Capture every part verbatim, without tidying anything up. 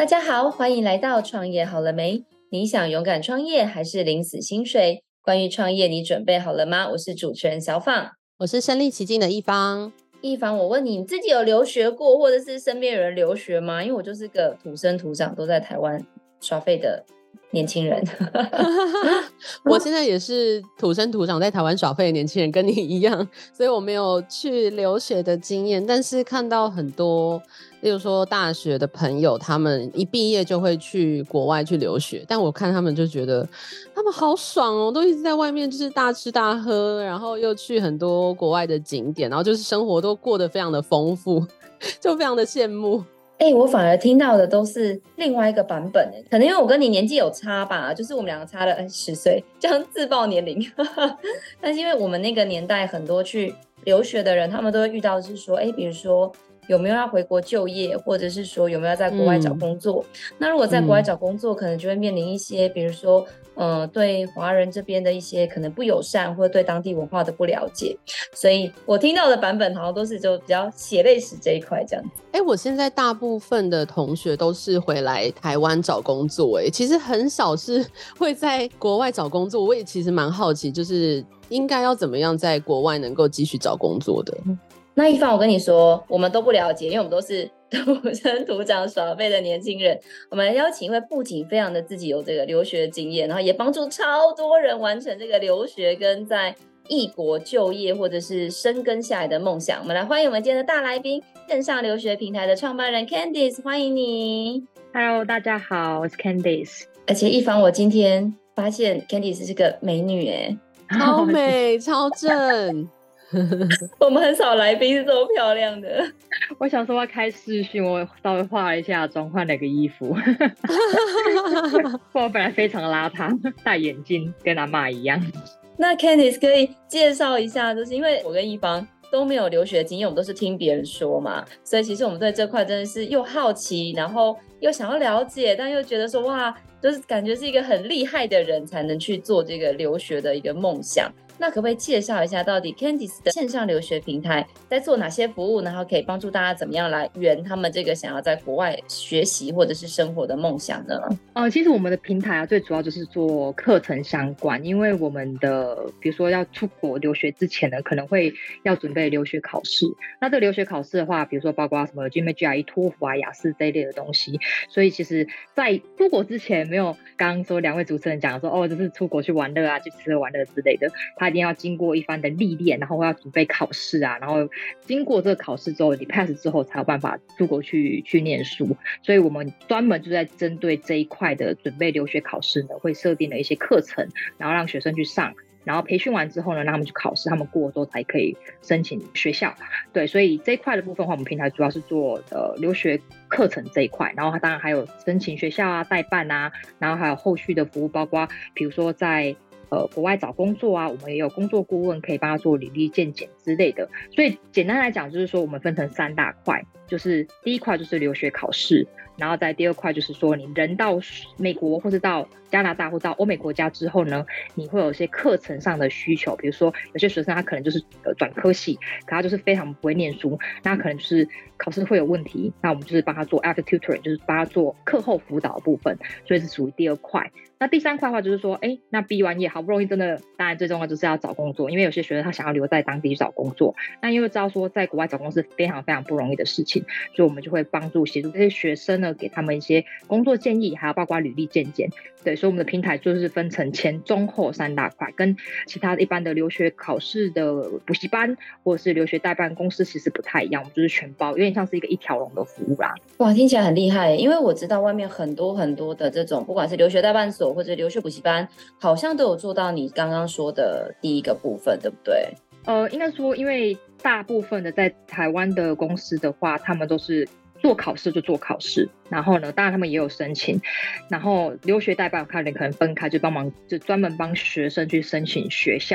大家好，欢迎来到创业好了没？你想勇敢创业还是领死薪水？关于创业，你准备好了吗？我是主持人小放， 我是身临其境的一方。 一方，我问你，你自己有留学过，或者是身边有人留学吗？因为我就是个土生土长都在台湾耍废的年轻人。 我现在也是土生土长在台湾耍废的年轻人，跟你一样，所以我没有去留学的经验，但是看到很多例如说大学的朋友，他们一毕业就会去国外去留学，但我看他们就觉得他们好爽哦，都一直在外面就是大吃大喝，然后又去很多国外的景点，然后就是生活都过得非常的丰富，就非常的羡慕。 哎、欸，我反而听到的都是另外一个版本，可能因为我跟你年纪有差吧，就是我们两个差了十岁，这样自爆年龄。但是因为我们那个年代很多去留学的人，他们都会遇到的是说，哎、欸，比如说有没有要回国就业，或者是说有没有要在国外找工作。嗯、那如果在国外找工作，嗯、可能就会面临一些，比如说，呃，对华人这边的一些可能不友善，或者对当地文化的不了解。所以我听到的版本好像都是就比较血泪史这一块这样子。 哎、欸，我现在大部分的同学都是回来台湾找工作、欸，哎，其实很少是会在国外找工作。我也其实蛮好奇，就是应该要怎么样在国外能够继续找工作的。 那一方，我跟你说，我们都不了解，因为我们都是土生土长耍废的年轻人。我们邀请一位不仅非常的自己有这个留学经验，然后也帮助超多人完成这个留学跟在异国就业或者是生根下来的梦想。我们来欢迎我们今天的大来宾，线上留学平台的创办人 Candice， 欢迎你。 Hello， 大家好，我是 Candice。 而且一方，我今天发现 Candice 是个美女耶， 超美超正。 我们很少来宾是这么漂亮的。 我想说要开视讯，我稍微化了一下妆，换了个衣服。我本来非常邋遢，戴眼镜跟阿嬷一样。 那 Candice 可以介绍一下，就是因为我跟一方都没有留学经验，我们都是听别人说嘛，所以其实我们对这块真的是又好奇，然后又想要了解，但又觉得说哇，就是感觉是一个很厉害的人才能去做这个留学的一个梦想。那可不可以介绍一下，到底 Candice 的线上留学平台在做哪些服务，然后可以帮助大家怎么样来圆他们这个想要在国外学习或者是生活的梦想呢？ 呃，其实我们的平台啊，最主要就是做课程相关，因为我们的比如说要出国留学之前呢，可能会要准备留学考试。那这个留学考试的话，比如说包括什么 G M A T、G R E、托福啊、雅思这一类的东西，所以其实在出国之前，没有刚刚说两位主持人讲说哦，就是出国去玩乐啊，去吃喝玩乐之类的，他一定要经过一番的历练，然后要准备考试啊，然后经过这个考试之后，你 pass 之后才有办法出国去去念书。所以我们专门就在针对这一块的准备留学考试呢，会设定了一些课程，然后让学生去上。然后培训完之后呢，让他们去考试，他们过之后才可以申请学校。对，所以这一块的部分的话，我们平台主要是做呃留学课程这一块，然后它当然还有申请学校啊、代办啊，然后还有后续的服务，包括比如说在呃国外找工作啊，我们也有工作顾问可以帮他做履历健检之类的。所以简单来讲，就是说我们分成三大块，就是第一块就是留学考试，然后在第二块就是说你人到美国或是到加拿大或到欧美国家之后呢，你会有一些课程上的需求，比如说有些学生他可能就是呃转科系，可他就是非常不会念书，那可能就是考试会有问题，那我们就是帮他做 after tutoring， 就是帮他做课后辅导的部分，所以是属于第二块。那第三块的话就是说，哎，那毕完业好不容易真的，当然最重要就是要找工作，因为有些学生他想要留在当地去找工作，那因为知道说在国外找工作是非常非常不容易的事情，所以我们就会帮助协助这些学生呢，给他们一些工作建议，还有包括履历健检。对，所以我们的平台就是分成前中后三大块，跟其他一般的留学考试的补习班或者是留学代办公司其实不太一样，我们就是全包，有点像是一个一条龙的服务啦。 哇，听起来很厉害，因为我知道外面很多很多的这种不管是留学代办所或者留学补习班，好像都有做到你刚刚说的第一个部分，对不对？ 呃，应该说因为大部分的在台湾的公司的话，他们都是做考试就做考试，然后呢当然他们也有申请，然后留学代办看人可能分开，就帮忙就专门帮学生去申请学校，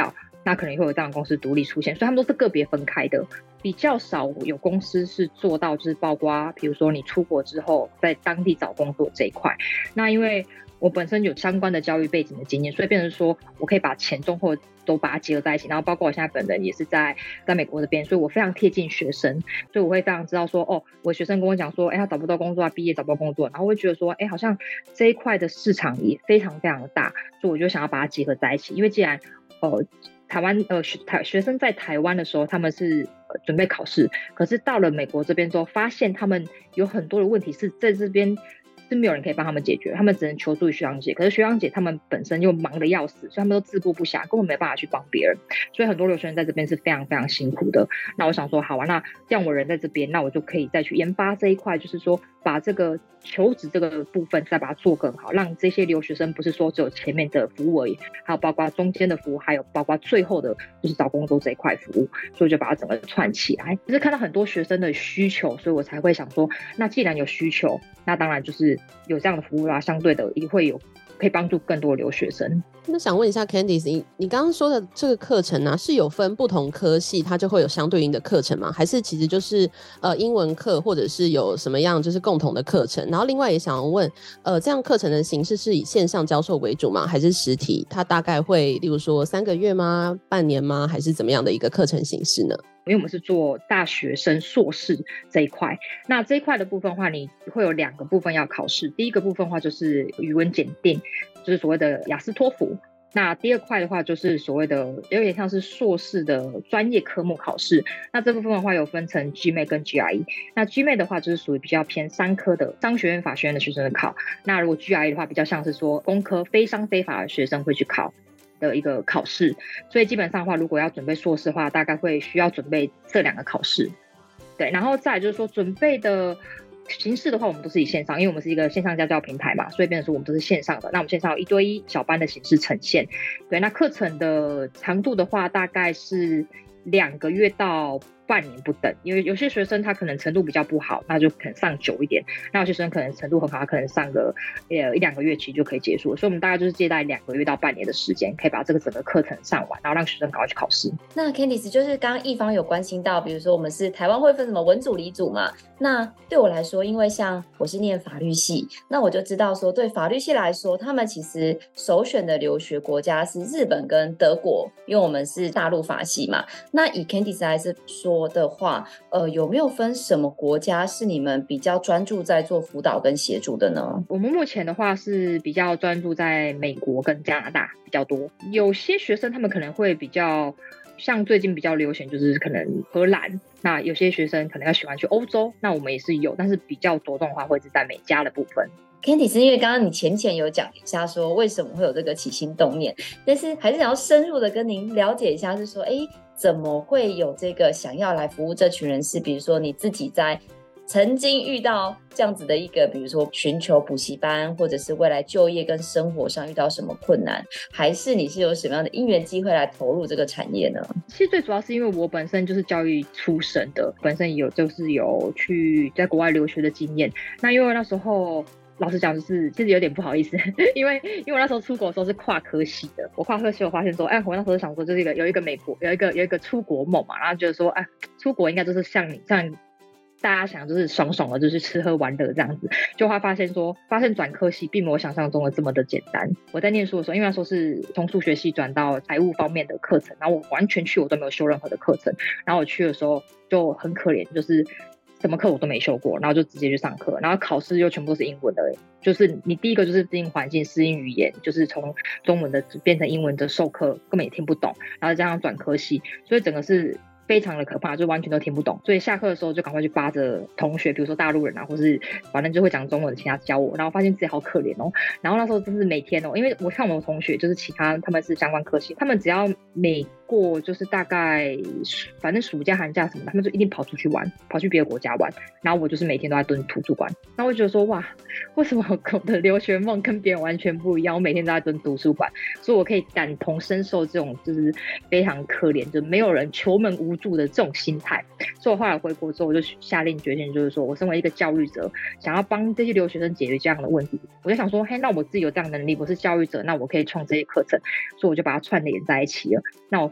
那可能也会有这样的公司独立出现，所以他们都是个别分开的，比较少有公司是做到就是包括比如说你出国之后在当地找工作这一块。那因为我本身有相关的教育背景的经验，所以变成说我可以把前中后都把它结合在一起，然后包括我现在本人也是在在美国这边，所以我非常贴近学生，所以我会非常知道说，哦，我学生跟我讲说，哎，他找不到工作啊，毕业找不到工作，然后我会觉得说，哎，好像这一块的市场也非常非常的大，所以我就想要把它结合在一起。因为既然呃台湾呃学台学生在台湾的时候他们是、呃、准备考试，可是到了美国这边之后，发现他们有很多的问题是在这边是没有人可以帮他们解决，他们只能求助于学长姐，可是学长姐他们本身又忙得要死，所以他们都自顾不暇，根本没办法去帮别人，所以很多留学生在这边是非常非常辛苦的。那我想说好啊，那这样我人在这边，那我就可以再去研发这一块，就是说把这个求职这个部分再把它做更好，让这些留学生不是说只有前面的服务而已，还有包括中间的服务，还有包括最后的就是找工作这一块服务，所以就把它整个串起来。就是看到很多学生的需求，所以我才会想说，那既然有需求，那当然就是有这样的服务啊，相对的也会有可以帮助更多的留学生。 那想问一下 Candice， 你你刚刚说的这个课程呢、啊，是有分不同科系，它就会有相对应的课程吗？还是其实就是呃英文课，或者是有什么样就是共同的课程？然后另外也想问，呃，这样课程的形式是以线上教授为主吗？还是实体？它大概会例如说三个月吗？半年吗？还是怎么样的一个课程形式呢？ 因为我们是做大学生硕士这一块，那这一块的部分的话，你会有两个部分要考试。第一个部分的话就是语文检定，就是所谓的雅思托福。那第二块的话就是所谓的有点像是硕士的专业科目考试。那这部分的话有分成 G M A T 跟 G R E。 那 G M A T 的话就是属于比较偏商科的商学院法学院的学生的考，那如果 G R E 的话比较像是说工科非商非法的学生会去考的一个考试。所以基本上的话，如果要准备硕士的话，大概会需要准备这两个考试。对，然后再来就是说准备的形式的话，我们都是以线上，因为我们是一个线上家教平台嘛，所以变成说我们都是线上的。那我们线上有一对一小班的形式呈现。对，那课程的长度的话，大概是两个月到半年不等，因为有些学生他可能程度比较不好，那就可能上久一点，那有些学生可能程度很好，他可能上个呃一两个月其实就可以结束了。所以我们大概就是借贷两个月到半年的时间，可以把这个整个课程上完，然后让学生赶快去考试。 那 Candice 就是刚刚一方有关心到，比如说我们是台湾会分什么文组理组嘛，那对我来说，因为像我是念法律系，那我就知道说对法律系来说，他们其实首选的留学国家是日本跟德国，因为我们是大陆法系嘛。那以 Candice 来说的话，呃，有没有分什么国家是你们比较专注在做辅导跟协助的呢？ 我们目前的话是比较专注在美国跟加拿大比较多，有些学生他们可能会比较像最近比较流行就是可能荷兰，那有些学生可能要喜欢去欧洲，那我们也是有，但是比较着重的话会是在美加的部分。 Candice， 因为刚刚你浅浅有讲一下说为什么会有这个起心动念，但是还是想要深入的跟您了解一下，是说，哎，怎么会有这个想要来服务这群人士？比如说你自己在曾经遇到这样子的一个，比如说寻求补习班，或者是未来就业跟生活上遇到什么困难，还是你是有什么样的因缘机会来投入这个产业呢？ 其实最主要是因为我本身就是教育出身的，本身有就是有去在国外留学的经验。那因为那时候老实讲就是其实有点不好意思，因为因为我那时候出国的时候是跨科系的，我跨科系我发现说，哎，我那时候想说就是一个有一个美国有一个有一个出国梦嘛，然后觉得说，哎，出国应该就是像你像大家想就是爽爽的，就是吃喝玩乐这样子，就会发现说，发现转科系并没有想象中的这么的简单。我在念书的时候，因为那时候是从数学系转到财务方面的课程，然后我完全去我都没有修任何的课程，然后我去的时候就很可怜，就是什么课我都没修过，然后就直接去上课，然后考试又全部都是英文的，就是你第一个就是适应环境、适应语言，就是从中文的变成英文的授课根本也听不懂，然后加上转科系，所以整个是非常的可怕，就完全都听不懂。所以下课的时候就赶快去扒着同学，比如说大陆人啊，或是反正就会讲中文的其他教我，然后发现自己好可怜哦。然后那时候真是每天哦，因为我看我的同学就是其他他们是相关科系，他们只要每过就是大概反正暑假寒假什么的，他们就一定跑出去玩，跑去别的国家玩。然后我就是每天都在蹲图书馆，然后我就觉得说哇，为什么我的留学梦跟别人完全不一样？我每天都在蹲图书馆，所以我可以感同身受这种就是非常可怜，就没有人求门无助的这种心态。所以我后来回国之后，我就下定决心，就是说我身为一个教育者，想要帮这些留学生解决这样的问题。我就想说，嘿，那我自己有这样的能力，我是教育者，那我可以创这些课程，所以我就把它串联在一起了。那我发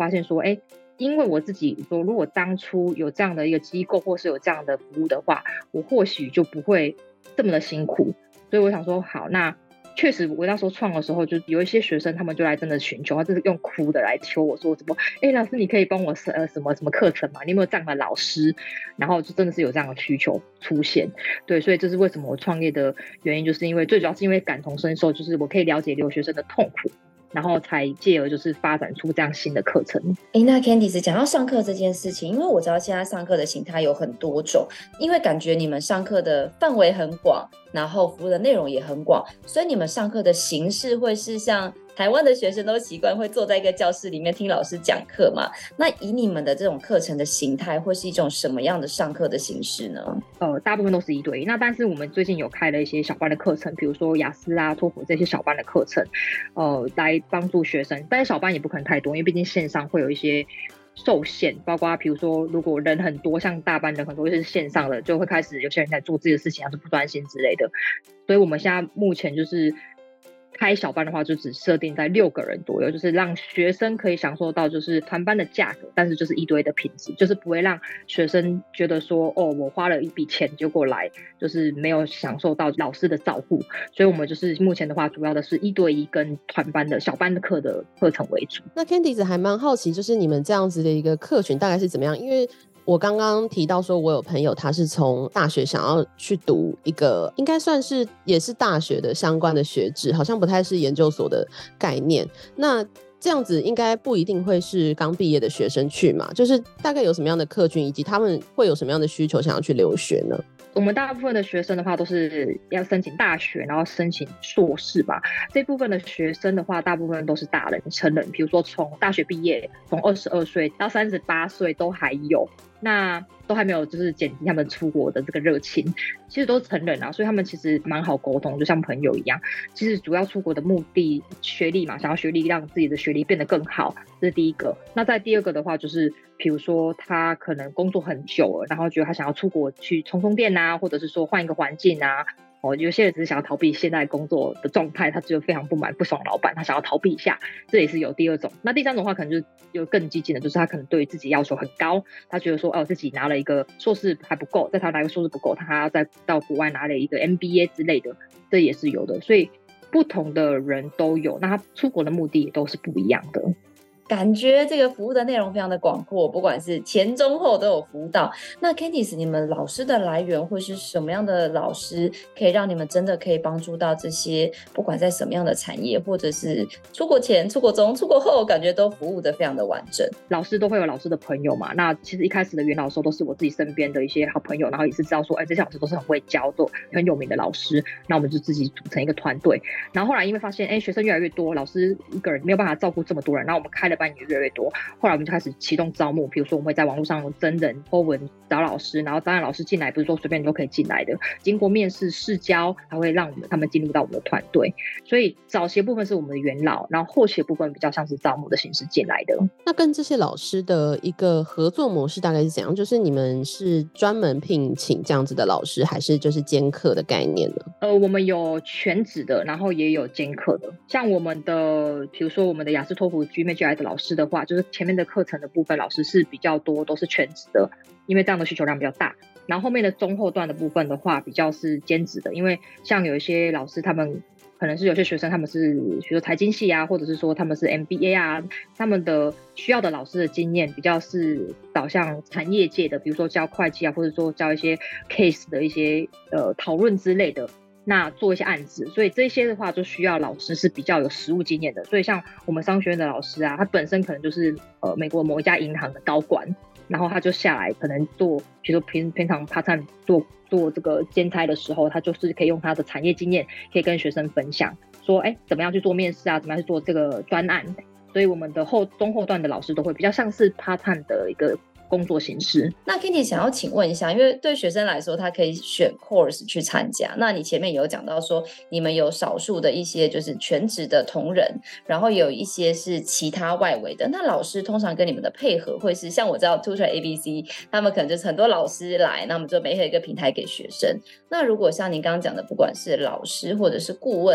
发现说，哎，因为我自己说，如果当初有这样的一个机构，或是有这样的服务的话，我或许就不会这么的辛苦。所以我想说，好，那确实我那时候创的时候，就有一些学生他们就来真的寻求，他就是用哭的来求我说，怎么，哎，老师你可以帮我呃什么什么课程吗？你有没有这样的老师？然后就真的是有这样的需求出现。对，所以这是为什么我创业的原因，就是因为最主要是因为感同身受，就是我可以了解留学生的痛苦，然后才借而就是发展出这样新的课程。 哎，那 Candice 讲到上课这件事情，因为我知道现在上课的形态有很多种，因为感觉你们上课的范围很广，然后服务的内容也很广，所以你们上课的形式会是像台湾的学生都习惯会坐在一个教室里面听老师讲课嘛？那以你们的这种课程的形态，会是一种什么样的上课的形式呢？ 呃，大部分都是一对一。那但是我们最近有开了一些小班的课程，比如说雅思啊、托福这些小班的课程，呃，来帮助学生。但是小班也不可能太多，因为毕竟线上会有一些受限，包括比如说如果人很多，像大班人很多就是线上的，就会开始有些人在做自己的事情，还是不专心之类的。所以我们现在目前就是开小班的话，就只设定在六个人左右，就是让学生可以享受到就是团班的价格，但是就是一对一的品质，就是不会让学生觉得说，哦，我花了一笔钱就过来，就是没有享受到老师的照顾。所以我们就是目前的话，主要的是一对一跟团班的小班的课的课程为主。 那 Candice 还蛮好奇，就是你们这样子的一个客群大概是怎么样？因为我刚刚提到说，我有朋友他是从大学想要去读一个应该算是也是大学的相关的学制，好像不太是研究所的概念。那这样子应该不一定会是刚毕业的学生去嘛？就是大概有什么样的客群，以及他们会有什么样的需求想要去留学呢？ 我们大部分的学生的话都是要申请大学，然后申请硕士吧。这部分的学生的话，大部分都是大人成人，比如说从大学毕业，从二十二岁到三十八岁都还有，那都还没有就是减低他们出国的这个热情。其实都是成人啊，所以他们其实蛮好沟通，就像朋友一样。其实主要出国的目的，学历嘛，想要学历让自己的学历变得更好，这是第一个。那在第二个的话，就是比如说他可能工作很久了，然后觉得他想要出国去充充电啊，或者是说换一个环境啊。哦，有些人只是想要逃避现在工作的状态，他觉得非常不满不爽老板，他想要逃避一下，这也是有第二种。那第三种的话，可能就有更激进的，就是他可能对自己要求很高，他觉得说哦自己拿了一个硕士还不够，在他拿一个硕士不够，他还要再到国外拿了一个 M B A 之类的，这也是有的。所以不同的人都有，那他出国的目的也都是不一样的。 感觉这个服务的内容非常的广阔，不管是前中后都有服务到。那 Candice 你们老师的来源会是什么样的老师，可以让你们真的可以帮助到这些不管在什么样的产业，或者是出国前、出国中、出国后，感觉都服务的非常的完整。 老师都会有老师的朋友嘛，那其实一开始的元老的时候都是我自己身边的一些好朋友，然后也是知道说，哎，这些老师都是很会教，做很有名的老师，那我们就自己组成一个团队。然后后来因为发现，哎，学生越来越多，老师一个人没有办法照顾这么多人，然后我们开的班也越来越多。后来我们就开始启动招募，比如说我们会在网络上真人 po 文找老师，然后当然老师进来不是说随便你都可以进来的，经过面试试教才会让我们他们进入到我们的团队。所以早期的部分是我们的元老，然后后期的部分比较像是招募的形式进来的。 那跟这些老师的一个合作模式大概是怎样？就是你们是专门聘请这样子的老师，还是就是兼课的概念呢？ 呃，我们有全职的，然后也有兼课的。像我们的比如说我们的雅思托福 G M A T I 的老师的话，就是前面的课程的部分老师是比较多都是全职的，因为这样的需求量比较大。然后后面的中后段的部分的话比较是兼职的，因为像有一些老师他们可能是有些学生他们是比如说财经系啊，或者是说他们是 M B A 啊，他们的需要的老师的经验比较是导向产业界的，比如说教会计啊，或者说教一些 case 的一些呃讨论之类的，那做一些案子。所以这些的话就需要老师是比较有实务经验的。所以像我们商学院的老师啊，他本身可能就是呃美国某一家银行的高管，然后他就下来可能做比如说平平常 part time 做做这个兼差的时候，他就是可以用他的产业经验可以跟学生分享说，哎，怎么样去做面试啊，怎么样去做这个专案。所以我们的后中后段的老师都会比较像是 part time 的一个工作形式。 那 Kitty 想要请问一下，因为对学生来说他可以选 course 去参加，那你前面有讲到说你们有少数的一些就是全职的同仁，然后有一些是其他外围的，那老师通常跟你们的配合会是像我知道 Tutor A B C 他们可能就是很多老师来，那我们就每一个平台给学生。那如果像您刚刚讲的不管是老师或者是顾问，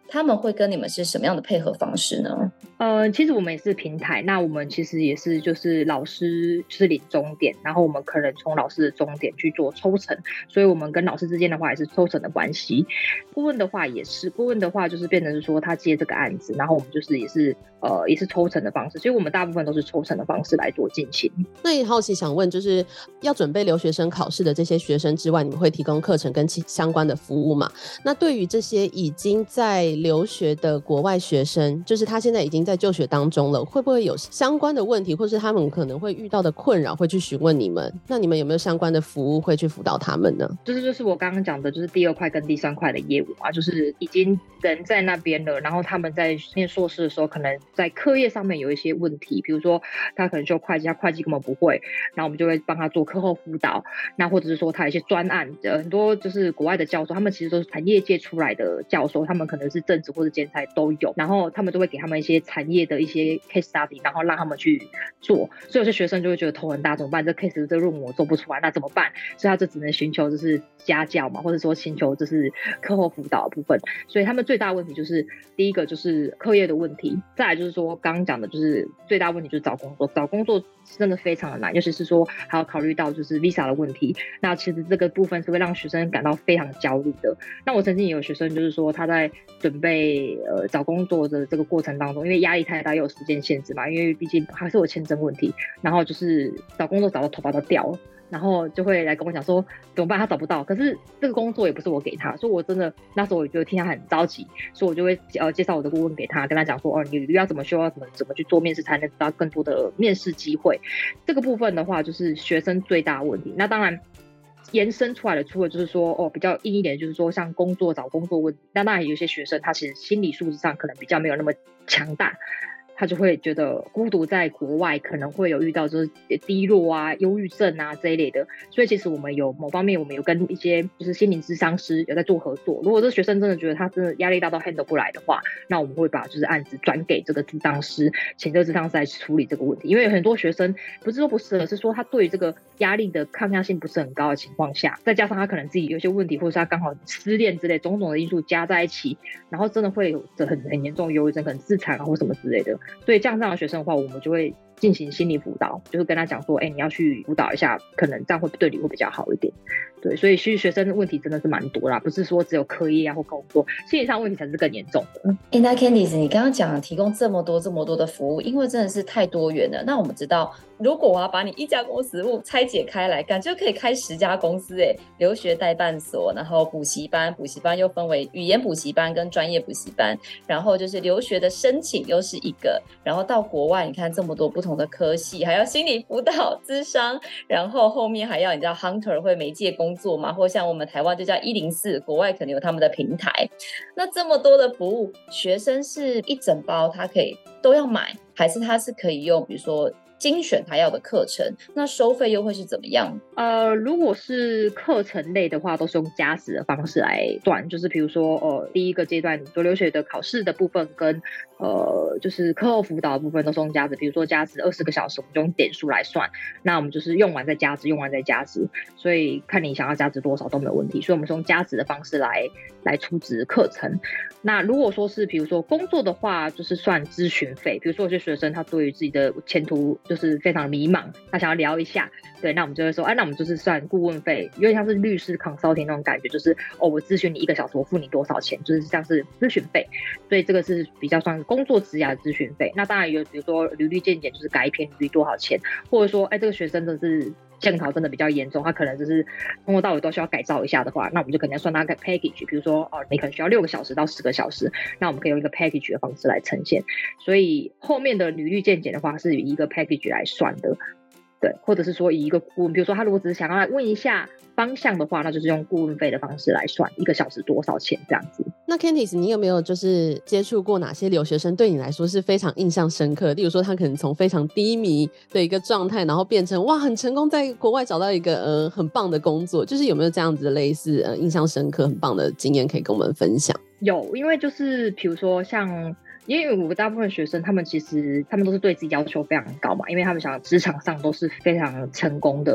他们会跟你们是什么样的配合方式呢？ 呃，其实我们也是平台，那我们其实也是就是老师就是领终点，然后我们可能从老师的终点去做抽成，所以我们跟老师之间的话也是抽成的关系。顾问的话也是，顾问的话就是变成是说他接这个案子，然后我们就是也是呃也是抽成的方式，所以我们大部分都是抽成的方式来做进行。 那也好奇想问，就是要准备留学生考试的这些学生之外，你们会提供课程跟其相关的服务吗？那对于这些已经在留学的国外学生，就是他现在已经在就学当中了，会不会有相关的问题，或是他们可能会遇到的困扰会去询问你们？那你们有没有相关的服务会去辅导他们呢？ 就是就是我刚刚讲的，就是第二块跟第三块的业务啊，就是已经人在那边了，然后他们在念硕士的时候，可能在课业上面有一些问题，比如说他可能就会计，他会计根本不会，然后我们就会帮他做课后辅导。那或者是说他有一些专案，很多就是国外的教授，他们其实都是产业界出来的教授，他们可能是正职或者兼差都有，然后他们都会给他们一些产业的一些 case study， 然后让他们去做。所以有些学生就会觉得头很大，怎么办？这 case 这论文我做不出来，那怎么办？所以他就只能寻求就是家教嘛，或者说寻求就是课后辅导的部分。所以他们最大的问题就是第一个就是课业的问题，再来就是说刚刚讲的就是最大问题就是找工作，找工作真的非常的难，尤其是说还要考虑到就是 visa 的问题，那其实这个部分是会让学生感到非常焦虑的。那我曾经也有学生就是说他在准备呃找工作的这个过程当中，因为压力太大又有时间限制嘛，因为毕竟还是有签证问题，然后就是找工作找到头发都掉了，然后就会来跟我讲说怎么办，他找不到，可是这个工作也不是我给他，所以我真的那时候我就听他很着急，所以我就会呃介绍我的顾问给他，跟他讲说哦，你要怎么修，要怎么怎么去做面试才能得到更多的面试机会。这个部分的话就是学生最大的问题。那当然延伸出来的除了就是说哦比较硬一点，就是说像工作找工作问题，那当然有些学生他其实心理素质上可能比较没有那么强大，他就会觉得孤独在国外可能会有遇到就是低落啊、忧郁症啊这一类的，所以其实我们有某方面我们有跟一些就是心理咨商师有在做合作。如果这学生真的觉得他真的压力大到 handle 不来的话，那我们会把就是案子转给这个咨商师，请这个咨商师来处理这个问题。因为有很多学生不是说不适合，是说他对于这个压力的抗压性不是很高的情况下，再加上他可能自己有些问题，或者是他刚好失恋之类种种的因素加在一起，然后真的会有很很严重的忧郁症，可能自残啊或什么之类的。所以这样这样的学生的话，我们就会进行心理辅导，就是跟他讲说，哎、欸，你要去辅导一下，可能这样会对你会比较好一点。对，所以其实学生的问题真的是蛮多啦，不是说只有课业啊或工作，心理上问题才是更严重的。 欸、那 Candice 你刚刚讲提供这么多这么多的服务，因为真的是太多元了。那我们知道，如果我要把你一家公司拆解开来干，就可以开十家公司哎，留学代办所，然后补习班，补习班又分为语言补习班跟专业补习班，然后就是留学的申请又是一个，然后到国外你看这么多不同的科系，还要心理辅导、諮商，然后后面还要你知道 Hunter 会媒介工作嘛，或像我们台湾就叫一零四，国外可能有他们的平台。那这么多的服务，学生是一整包他可以都要买，还是他是可以用比如说精选他要的课程，那收费又会是怎么样？ 呃，如果是课程类的话，都是用加时的方式来算，就是比如说，呃，第一个阶段做留学的考试的部分跟呃，就是课后辅导的部分都是用加时，比如说加时二十个小时，我们就用点数来算，那我们就是用完再加时，用完再加时，所以看你想要加值多少都没有问题，所以我们是用加时的方式来来出值课程。那如果说是比如说工作的话，就是算咨询费，比如说有些学生他对于自己的前途就是非常迷茫，他想要聊一下，对，那我们就会说，哎、啊，那我们就是算顾问费，有点像是律师 consulting 那种感觉，就是哦，我咨询你一个小时，我付你多少钱，就是像是咨询费，所以这个是比较算工作职涯的咨询费。那当然有，比如说履历健检，就是改一篇履历多少钱，或者说，哎，这个学生真的是检讨真的比较严重，他可能就是从头到尾都需要改造一下的话，那我们就可能要算他个 package， 比如说哦，你可能需要六个小时到十个小时，那我们可以用一个 package 的方式来呈现。所以后面的履历健检的话是以一个 package 来算的。对，或者是说以一个顾问，比如说他如果只是想要来问一下方向的话，那就是用顾问费的方式来算，一个小时多少钱这样子。 那 Candice 你有没有就是接触过哪些留学生对你来说是非常印象深刻，例如说他可能从非常低迷的一个状态，然后变成哇很成功在国外找到一个呃很棒的工作，就是有没有这样子的类似呃印象深刻很棒的经验可以跟我们分享？ 有，因为就是比如说像因为我大部分学生他们其实他们都是对自己要求非常高嘛，因为他们想职场上都是非常成功的，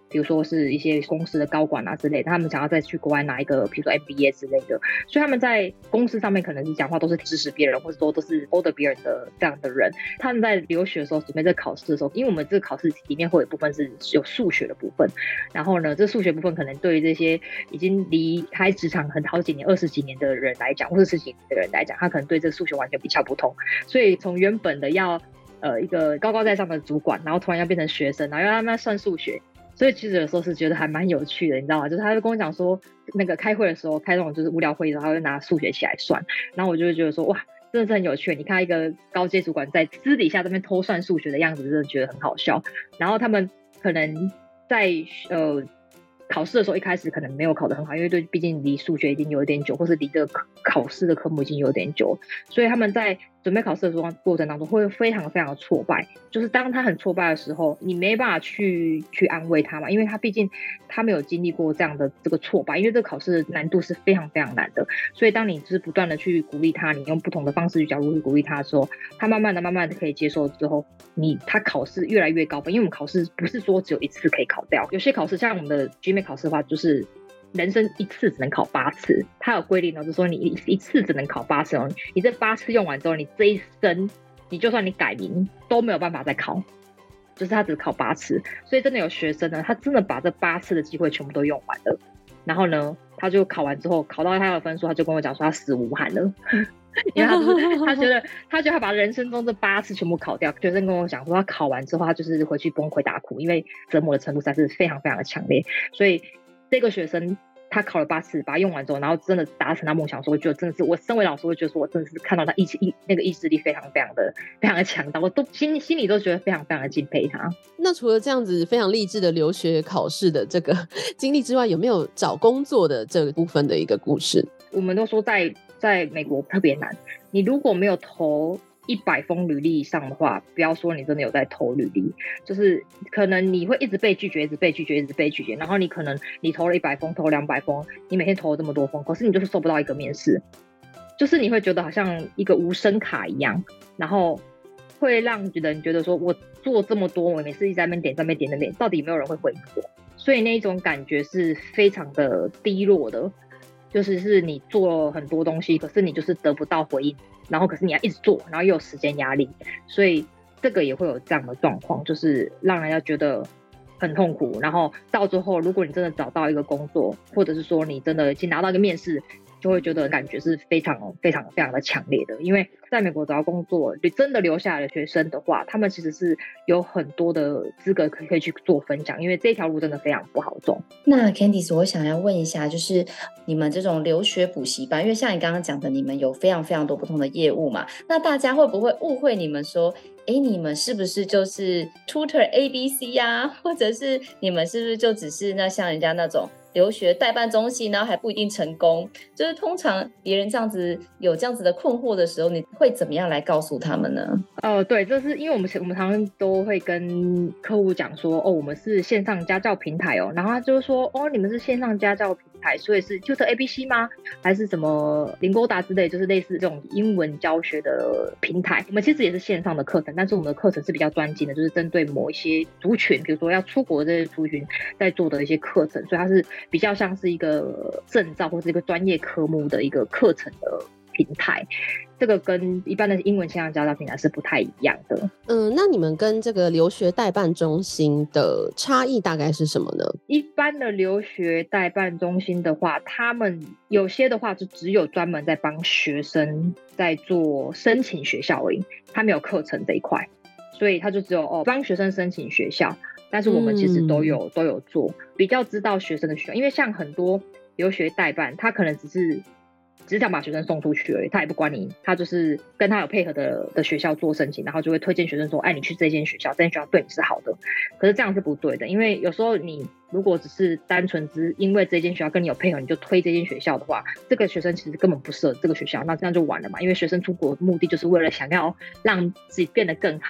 比如说是一些公司的高管啊之类的，他们想要再去国外拿一个比如说 M B A 之类的，所以他们在公司上面可能是讲话都是支持别人，或者说都是 order 别人的这样的人。他们在留学的时候准备这个考试的时候，因为我们这个考试里面会有一部分是有数学的部分，然后呢这数学部分可能对于这些已经离开职场很好几年二十几年的人来讲，或者十几年的人来讲，他可能对这个数学完全一窍不通，所以从原本的要呃一个高高在上的主管，然后突然要变成学生，然后要他们算数学，所以其实有时候是觉得还蛮有趣的，你知道吗？就是他会跟我讲说，那个开会的时候，开那种就是无聊会议的时候，他会拿数学起来算，然后我就会觉得说，哇，真的是很有趣。你看一个高阶主管在私底下这边偷算数学的样子，真的觉得很好笑。然后他们可能在呃考试的时候，一开始可能没有考得很好，因为对，毕竟离数学已经有点久，或是离这个考试的科目已经有点久，所以他们在准备考试的时候过程当中会非常非常的挫败。就是当他很挫败的时候，你没办法去去安慰他嘛，因为他毕竟他没有经历过这样的这个挫败，因为这个考试的难度是非常非常难的。所以当你就是不断的去鼓励他，你用不同的方式去角度去鼓励他的时候，他慢慢的慢慢的可以接受之后，你他考试越来越高分。因为我们考试不是说只有一次可以考掉，有些考试像我们的 G M A T 考试的话，就是人生一次只能考八次，它有规定哦，就是说你 一, 一次只能考八次哦，你这八次用完之后，你这一生你就算你改名都没有办法再考，就是他只考八次。所以真的有学生呢，他真的把这八次的机会全部都用完了，然后呢他就考完之后考到他的分数，他就跟我讲说他死无憾了因为他就是他觉得他觉得他把人生中这八次全部考掉。学生跟我讲说他考完之后他就是回去崩溃大哭，因为折磨的程度实在是非常非常的强烈。所以这个学生他考了八次，把它用完之后，然后真的达成他梦想的时候，我觉得真的是我身为老师会觉得说我真的是看到他意志意那个意志力非常非常的非常的强大，我都心心里都觉得非常非常的敬佩他。 那除了这样子非常励志的留学考试的这个经历之外，有没有找工作的这个部分的一个故事？ 我们都说在在美国特别难，你如果没有投一百封履历以上的话，不要说你真的有在投履历，就是可能你会一直被拒绝，一直被拒绝，一直被拒绝。然后你可能你投了一百封，投两百封，你每天投了这么多封，可是你就是收不到一个面试，就是你会觉得好像一个无声卡一样，然后会让人觉得说，我做这么多，我每次一直在那边点，在那边点，在那边点，到底有没有人会回应我？所以那一种感觉是非常的低落的。就是是你做了很多东西，可是你就是得不到回应，然后可是你要一直做，然后又有时间压力，所以这个也会有这样的状况，就是让人家觉得很痛苦。然后到最后，如果你真的找到一个工作，或者是说你真的已经拿到一个面试，就会觉得感觉是非常非常非常的强烈的。因为在美国找到工作，你真的留下来的学生的话，他们其实是有很多的资格可以去做分享，因为这条路真的非常不好走。 那 Candice 我想要问一下，就是你们这种留学补习班，因为像你刚刚讲的，你们有非常非常多不同的业务嘛，那大家会不会误会你们说，哎，你们是不是就是 Tutor A B C 呀、啊？或者是你们是不是就只是那像人家那种留学代办中心，然后还不一定成功？就是通常别人这样子有这样子的困惑的时候，你会怎么样来告诉他们呢？ 呃，对，这是因为我们我们常常都会跟客户讲说，哦，我们是线上家教平台哦，然后他就说，哦，你们是线上家教平台，所以是 Tutor A B C 吗？还是什么Lingoda之类，就是类似这种英文教学的平台？我们其实也是线上的课程，但是我们的课程是比较专精的，就是针对某一些族群，比如说要出国的这些族群在做的一些课程，所以它是比较像是一个证照或是一个专业科目的一个课程的平台。这个跟一般的英文线上家教平台是不太一样的。 嗯，那你们跟这个留学代办中心的差异大概是什么呢？ 一般的留学代办中心的话，他们有些的话就只有专门在帮学生在做申请学校而已，他没有课程这一块，所以他就只有哦帮学生申请学校。但是我们其实都有、嗯、都有做，比较知道学生的需要。因为像很多留学代办，他可能只是只是想把学生送出去而已，他也不管你，他就是跟他有配合的的学校做申请，然后就会推荐学生说，哎，你去这间学校，这间学校对你是好的。可是这样是不对的，因为有时候你如果只是单纯只因为这间学校跟你有配合，你就推这间学校的话，这个学生其实根本不适合这个学校，那这样就完了嘛。因为学生出国的目的就是为了想要让自己变得更好，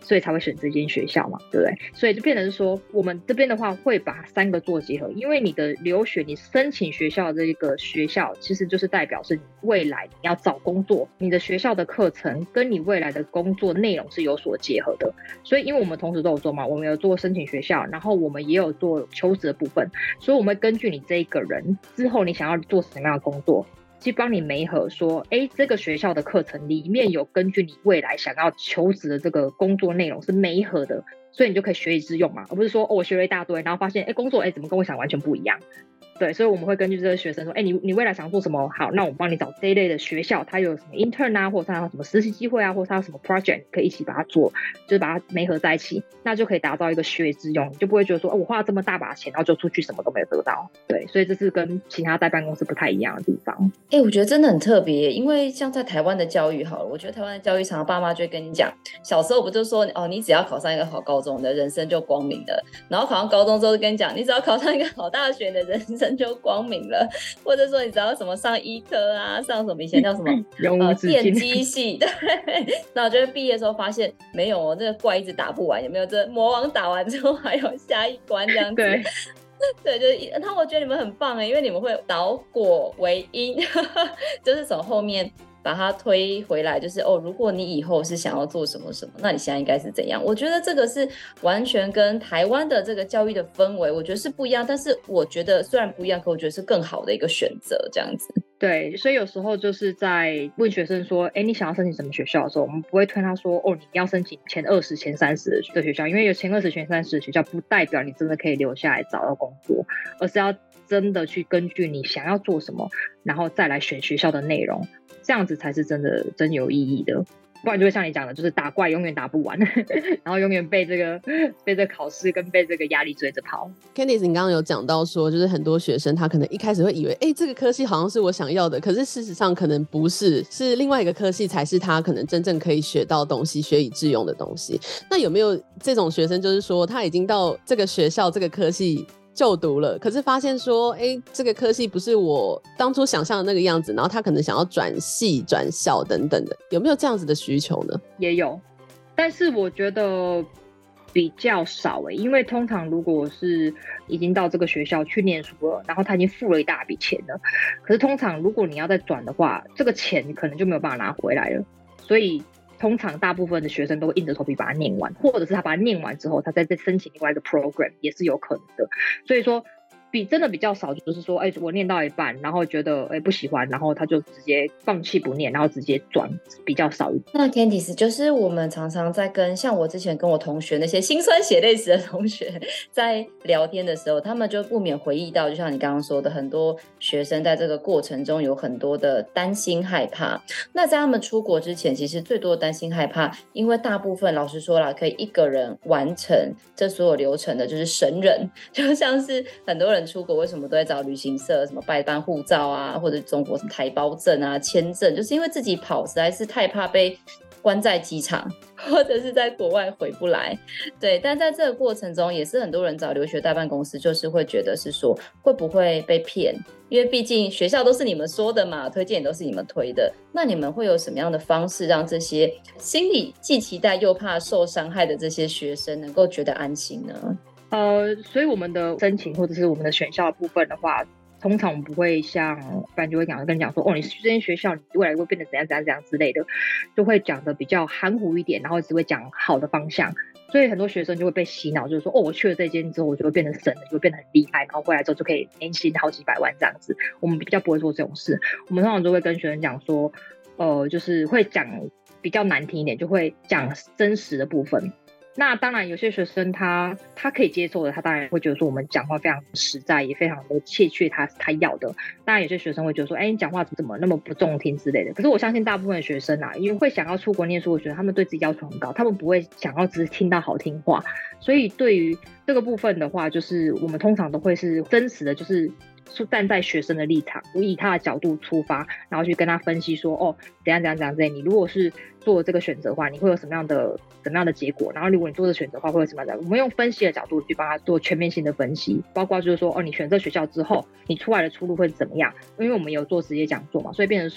所以才会选这间学校嘛，对不对？所以就变成说我们这边的话会把三个做结合，因为你的留学你申请学校的这个学校其实就是代表是你未来你要找工作，你的学校的课程跟你未来的工作内容是有所结合的。所以因为我们同时都有做嘛，我们有做申请学校，然后我们也有做求职的部分，所以我们会根据你这一个人之后你想要做什么样的工作去帮你媒合说，哎，这个学校的课程里面有根据你未来想要求职的这个工作内容是媒合的，所以你就可以学以致用嘛，而不是说、哦、我学了一大堆然后发现哎，工作哎怎么跟我想完全不一样。对，所以我们会根据这个学生说，哎，你你未来想做什么？好，那我们帮你找这一类的学校，它有什么 intern 啊，或者它有什么实习机会啊，或者它有什么 project 可以一起把它做，就是把它媒合在一起，那就可以达到一个学以致用，你就不会觉得说，哦，我花了这么大把钱，然后就出去什么都没有得到。对，所以这是跟其他代办公司不太一样的地方。 哎、欸，我觉得真的很特别，因为像在台湾的教育好了，我觉得台湾的教育常常爸妈就会跟你讲，小时候不就说哦，你只要考上一个好高中，你的人生就光明了，然后考上高中之后就跟你讲，你只要考上一个好大学，你的人生就光明了，或者说你只要什么上医科啊，上什么以前叫什么呃电机系，对，然后就会毕业的时候发现没有哦，这个怪一直打不完，有没有？这魔王打完之后还有下一关这样子。对。对，就是，然后我觉得你们很棒哎，因为你们会导果为因，就是从后面把它推回来，就是哦，如果你以后是想要做什么什么，那你现在应该是怎样？我觉得这个是完全跟台湾的这个教育的氛围，我觉得是不一样。但是我觉得虽然不一样，可我觉得是更好的一个选择，这样子。 对，所以有时候就是在问学生说，哎，你想要申请什么学校的时候，我们不会推他说，哦，你要申请前二十、前三十的学校，因为有前二十、前三十的学校，不代表你真的可以留下来找到工作，而是要真的去根据你想要做什么，然后再来选学校的内容，这样子才是真的真有意义的。不然就会像你讲的，就是打怪永远打不完，然后永远被这个被这个考试跟被这个压力追着跑。 Candice 你刚刚有讲到说，就是很多学生他可能一开始会以为哎、欸，这个科系好像是我想要的，可是事实上可能不是，是另外一个科系才是他可能真正可以学到东西，学以致用的东西。那有没有这种学生，就是说他已经到这个学校这个科系就读了，可是发现说哎，这个科系不是我当初想象的那个样子，然后他可能想要转系转校等等的，有没有这样子的需求呢？ 也有，但是我觉得比较少欸，因为通常如果是已经到这个学校去念书了，然后他已经付了一大笔钱了，可是通常如果你要再转的话，这个钱可能就没有办法拿回来了，所以通常大部分的学生都会硬着头皮把它念完，或者是他把它念完之后他再再申请另外一个 program 也是有可能的。所以说比真的比较少，就是说哎、欸，我念到一半然后觉得哎、欸、不喜欢，然后他就直接放弃不念，然后直接转，比较少一点。 那 Candice 就是我们常常在跟像我之前跟我同学那些辛酸血泪史的同学在聊天的时候，他们就不免回忆到，就像你刚刚说的，很多学生在这个过程中有很多的担心害怕。那在他们出国之前，其实最多的担心害怕，因为大部分老实说啦，可以一个人完成这所有流程的就是神人，就像是很多人出国为什么都在找旅行社，什么代办护照啊，或者中国什么台胞证啊、签证，就是因为自己跑实在是太怕被关在机场，或者是在国外回不来。对，但在这个过程中，也是很多人找留学代办公司，就是会觉得是说会不会被骗，因为毕竟学校都是你们说的嘛，推荐也都是你们推的。那你们会有什么样的方式让这些心里既期待又怕受伤害的这些学生能够觉得安心呢？ 呃，所以我们的申请或者是我们的选校的部分的话，通常我们不会像，不然就会讲跟你讲说，哦，你去这间学校，你未来会变得怎样怎样怎样之类的，就会讲的比较含糊一点，然后只会讲好的方向。所以很多学生就会被洗脑，就是说，哦，我去了这间之后，我就会变成神了，就会变得很厉害，然后回来之后就可以年薪好几百万这样子。我们比较不会做这种事，我们通常就会跟学生讲说，呃，就是会讲比较难听一点，就会讲真实的部分。那当然有些学生他他可以接受的，他当然会觉得说我们讲话非常实在，也非常的切切他他要的。当然有些学生会觉得说，哎，你讲话怎么那么不中听之类的。可是我相信大部分的学生啊，因为会想要出国念书，我觉得他们对自己要求很高，他们不会想要只是听到好听话。所以对于这个部分的话，就是我们通常都会是真实的，就是站在学生的立场，以他的角度出发，然后去跟他分析说，哦，怎样怎样怎样之类，你如果是做这个选择的话，你会有什么样的什么样的结果，然后如果你做这个选择的话会有什么样的，我们用分析的角度去帮他做全面性的分析，包括就是说，哦，你选这学校之后你出来的出路会怎么样，因为我们有做职业讲座嘛，所以变成说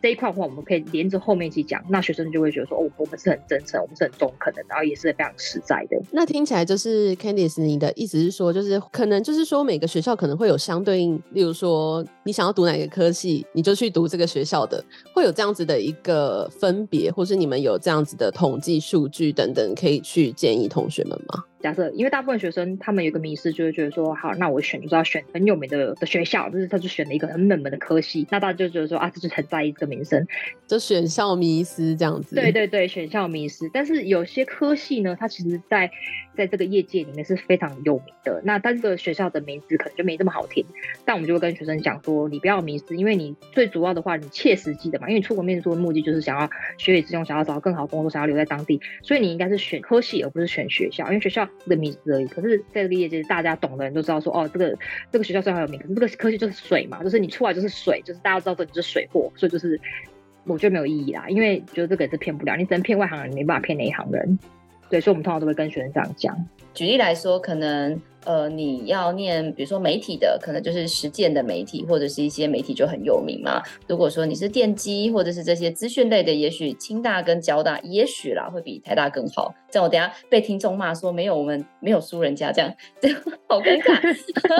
这一块的话，我们可以连着后面一起讲，那学生就会觉得说，哦，我们是很真诚，我们是很中肯的，然后也是非常实在的。 那听起来就是 Candice 你的意思是说，就是可能就是说每个学校可能会有相对应，例如说你想要读哪个科系，你就去读这个学校的，会有这样子的一个分别，或是你们有这样子的统计数据等等，可以去建议同学们吗？ 假设因为大部分学生他们有一个迷思，就会觉得说，好，那我选就是要选很有名的的学校，就是他就选了一个很冷门的科系，那大家就觉得说啊，这就是很在意这个名声， 就选校迷思这样子。 对对对，选校迷思。但是有些科系呢，它其实在在这个业界里面是非常有名的，那但这个学校的名字可能就没这么好听，但我们就会跟学生讲说，你不要迷思，因为你最主要的话，你切实际的嘛，因为你出国念书的目的就是想要学以致用，想要找到更好的工作，想要留在当地，所以你应该是选科系而不是选学校，因为学校的迷思而已。可是在这个业界，大家懂的人都知道说，哦，这个这个学校虽然很有名，可是这个科系就是水嘛，就是你出来就是水，就是大家知道这你就是水货，所以就是我觉得没有意义啦，因为觉得这个也是骗不了，你只能骗外行人，你没办法骗内行人。对，所以我们通常都会跟学生这样讲。 举例来说，可能呃你要念比如说媒体的，可能就是实践的媒体，或者是一些媒体就很有名嘛。如果说你是电机或者是这些资讯类的，也许清大跟交大也许啦会比台大更好。这样我等一下被听众骂说没有，我们没有输人家，这样这样好尴尬。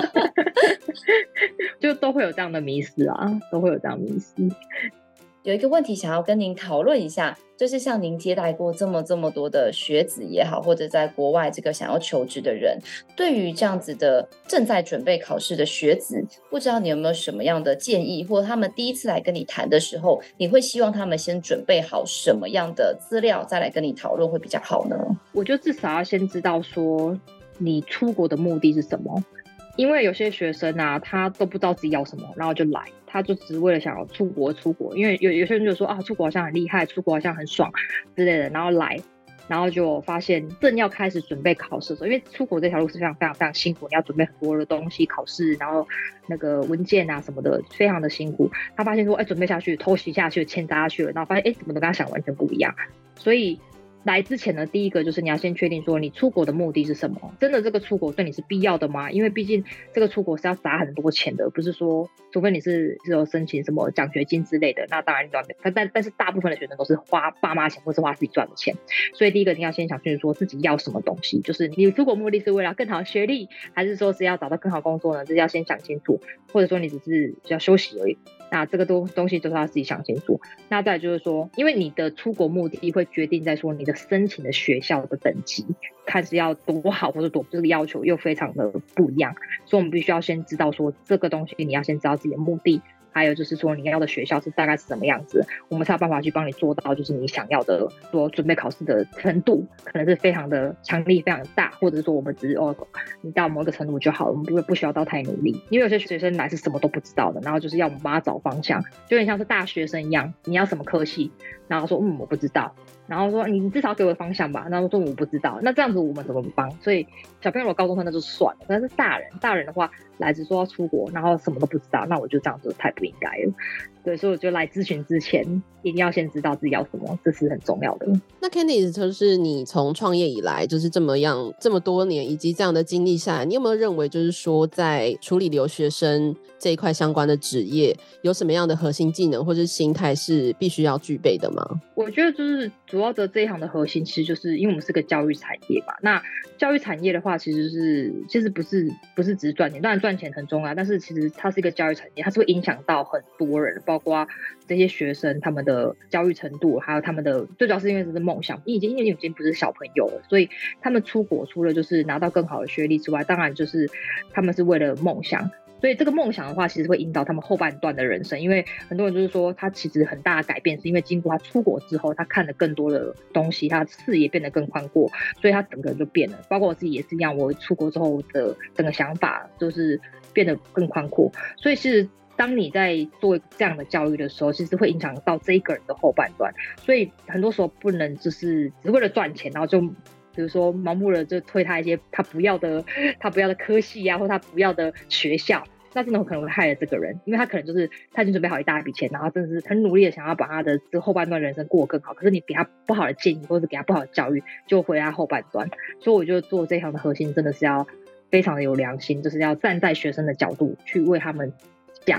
就都会有这样的迷思啊，都会有这样的迷思。 有一个问题想要跟您讨论一下，就是像您接待过这么这么多的学子也好，或者在国外这个想要求职的人，对于这样子的正在准备考试的学子，不知道你有没有什么样的建议，或者他们第一次来跟你谈的时候，你会希望他们先准备好什么样的资料再来跟你讨论会比较好呢？ 我觉得至少要先知道说你出国的目的是什么，因为有些学生啊，他都不知道自己要什么，然后就来，他就只是为了想要出国出国，因为有有些人就说啊，出国好像很厉害，出国好像很爽之类的，然后来，然后就发现正要开始准备考试的时候，因为出国这条路是非常非常非常辛苦，你要准备很多的东西，考试，然后那个文件啊什么的，非常的辛苦。他发现说，哎，准备下去，偷袭下去，钱砸下去了，然后发现，哎，怎么都跟他想完全不一样，所以。来之前呢，第一个就是你要先确定说你出国的目的是什么，真的这个出国对你是必要的吗？因为毕竟这个出国是要砸很多钱的，不是说除非你是是有申请什么奖学金之类的，那当然赚的，但但是大部分的学生都是花爸妈钱或是花自己赚的钱，所以第一个你要先想清楚说自己要什么东西，就是你出国目的是为了更好的学历，还是说是要找到更好工作呢？这要先想清楚，或者说你只是要休息而已。那这个东东西都是要自己想清楚。那再来就是说，因为你的出国目的会决定在说你的申请的学校的等级，看是要多好或者多，这个要求又非常的不一样，所以我们必须要先知道说这个东西，你要先知道自己的目的。还有就是说你要的学校是大概是什么样子，我们才有办法去帮你做到就是你想要的说准备考试的程度可能是非常的强力非常大，或者是说我们只是哦你到某一个程度就好了，我们不不需要到太努力。因为有些学生来是什么都不知道的，然后就是要我们帮他找方向，就有点像是大学生一样，你要什么科系，然后说嗯我不知道，然后说你至少给我方向吧，然后说我不知道，那这样子我们怎么帮？所以小朋友的高中生那就算了，但是大人大人的话来只说要出国，然后什么都不知道，那我就这样子太不应该了。对，所以我就来咨询之前一定要先知道自己要什么，这是很重要的。 那 Candice 就是你从创业以来就是这么样这么多年以及这样的经历下来，你有没有认为就是说在处理留学生这一块相关的职业有什么样的核心技能或者心态是必须要具备的吗？ 我觉得就是主要的这一行的核心其实就是因为我们是个教育产业嘛，那教育产业的话其实是其实不是不是只是赚钱，当然赚钱很重要，但是其实它是一个教育产业，它是会影响到很多人，包括这些学生他们的教育程度，还有他们的最主要是因为这是梦想，已经因为已经不是小朋友了，所以他们出国除了就是拿到更好的学历之外，当然就是他们是为了梦想，所以这个梦想的话其实会引导他们后半段的人生。因为很多人就是说他其实很大的改变是因为经过他出国之后，他看了更多的东西，他视野变得更宽阔，所以他整个人就变了。包括我自己也是一样，我出国之后的整个想法就是变得更宽阔，所以是当你在做这样的教育的时候，其实会影响到这一个人的后半段，所以很多时候不能就是只为了赚钱，然后就比如说盲目的就推他一些他不要的他不要的科系啊，或他不要的学校，那真的可能会害了这个人，因为他可能就是他已经准备好一大笔钱，然后真的是很努力的想要把他的这后半段人生过得更好，可是你给他不好的建议或者给他不好的教育，就回他后半段。所以我觉得做这行的核心真的是要非常的有良心，就是要站在学生的角度去为他们讲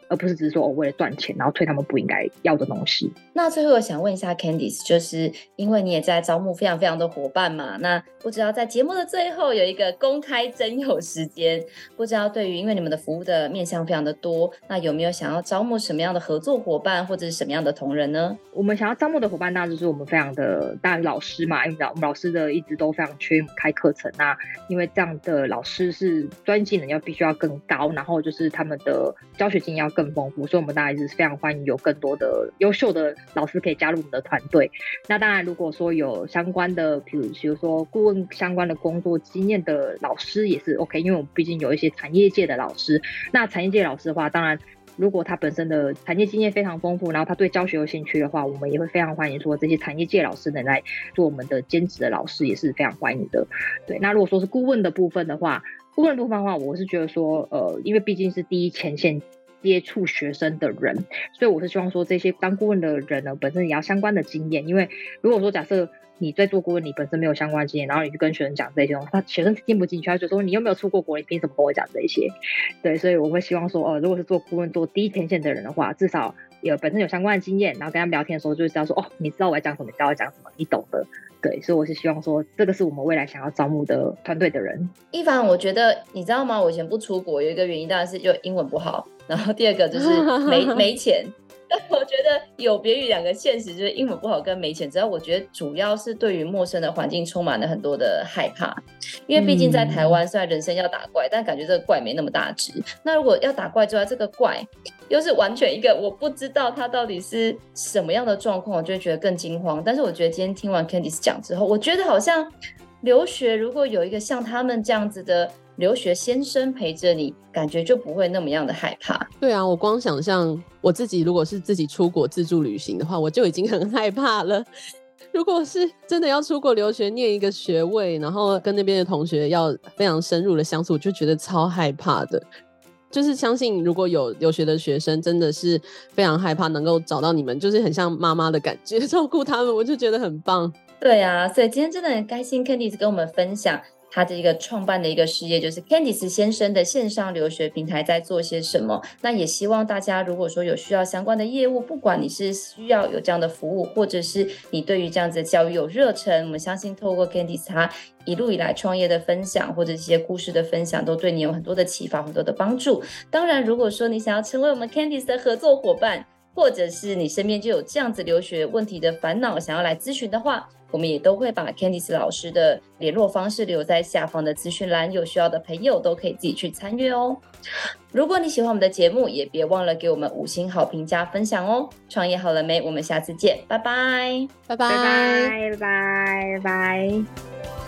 而不是只是说、哦、为了赚钱然后推他们不应该要的东西。 那最后我想问一下 Candice， 就是因为你也在招募非常非常多伙伴嘛，那不知道在节目的最后有一个公开征友时间，不知道对于因为你们的服务的面向非常的多，那有没有想要招募什么样的合作伙伴或者是什么样的同仁呢？ 我们想要招募的伙伴当然就是我们非常的当然老师嘛，因为我们老师的一直都非常缺开课程啊，因为这样的老师是专业技能要必须要更高，然后就是他们的教学经验要更丰富，所以我们当然是非常欢迎有更多的优秀的老师可以加入我们的团队。那当然如果说有相关的比如比如说顾问相关的工作经验的老师也是 OK， 因为我们毕竟有一些产业界的老师，那产业界老师的话当然如果他本身的产业经验非常丰富，然后他对教学有兴趣的话，我们也会非常欢迎说这些产业界老师能来做我们的兼职的老师也是非常欢迎的。对，那如果说是顾问的部分的话，顾问的部分的话，我是觉得说呃，因为毕竟是第一前线接触学生的人，所以我是希望说这些当顾问的人呢本身也要相关的经验，因为如果说假设你在做顾问你本身没有相关经验，然后你去跟学生讲这些东西，他学生听不进去，他就说你又没有出过国，你凭什么跟我讲这些？对，所以我会希望说呃，如果是做顾问做第一前线的人的话，至少有本身有相关的经验，然后跟他们聊天的时候就会知道说哦，你知道我在讲什么，你知道我在讲什么，你懂的。对，所以我是希望说这个是我们未来想要招募的团队的人。 一凡，我觉得你知道吗，我以前不出国有一个原因当然是就英文不好，然后第二个就是没没钱。但我觉得有别于两个现实，就是英文不好跟没钱之外，我觉得主要是对于陌生的环境充满了很多的害怕，因为毕竟在台湾虽然人生要打怪，但感觉这个怪没那么大只。那如果要打怪之外，这个怪又是完全一个我不知道它到底是什么样的状况，我就会觉得更惊慌。但是我觉得今天听完 Candice 讲之后，我觉得好像留学如果有一个像他们这样子的留学先生陪着你，感觉就不会那么样的害怕。 对啊，我光想象我自己如果是自己出国自助旅行的话，我就已经很害怕了。如果是真的要出国留学念一个学位，然后跟那边的同学要非常深入的相处，我就觉得超害怕的。就是相信如果有留学的学生真的是非常害怕能够找到你们，就是很像妈妈的感觉，照顾他们，我就觉得很棒。 对啊，所以今天真的很开心 Candice 跟我们分享他的一个创办的一个事业，就是 Candice 先生的线上留学平台在做些什么。那也希望大家如果说有需要相关的业务，不管你是需要有这样的服务，或者是你对于这样子的教育有热忱，我们相信透过 Candice 他一路以来创业的分享，或者一些故事的分享，都对你有很多的启发，很多的帮助。当然如果说你想要成为我们 Candice 的合作伙伴，或者是你身边就有这样子留学问题的烦恼想要来咨询的话，我们也都会把 Candice 老师的联络方式留在下方的资讯栏，有需要的朋友都可以自己去参阅哦。如果你喜欢我们的节目，也别忘了给我们五星好评加分享哦。创业好了没？我们下次见，拜拜， 拜拜， 拜拜，拜拜，拜拜。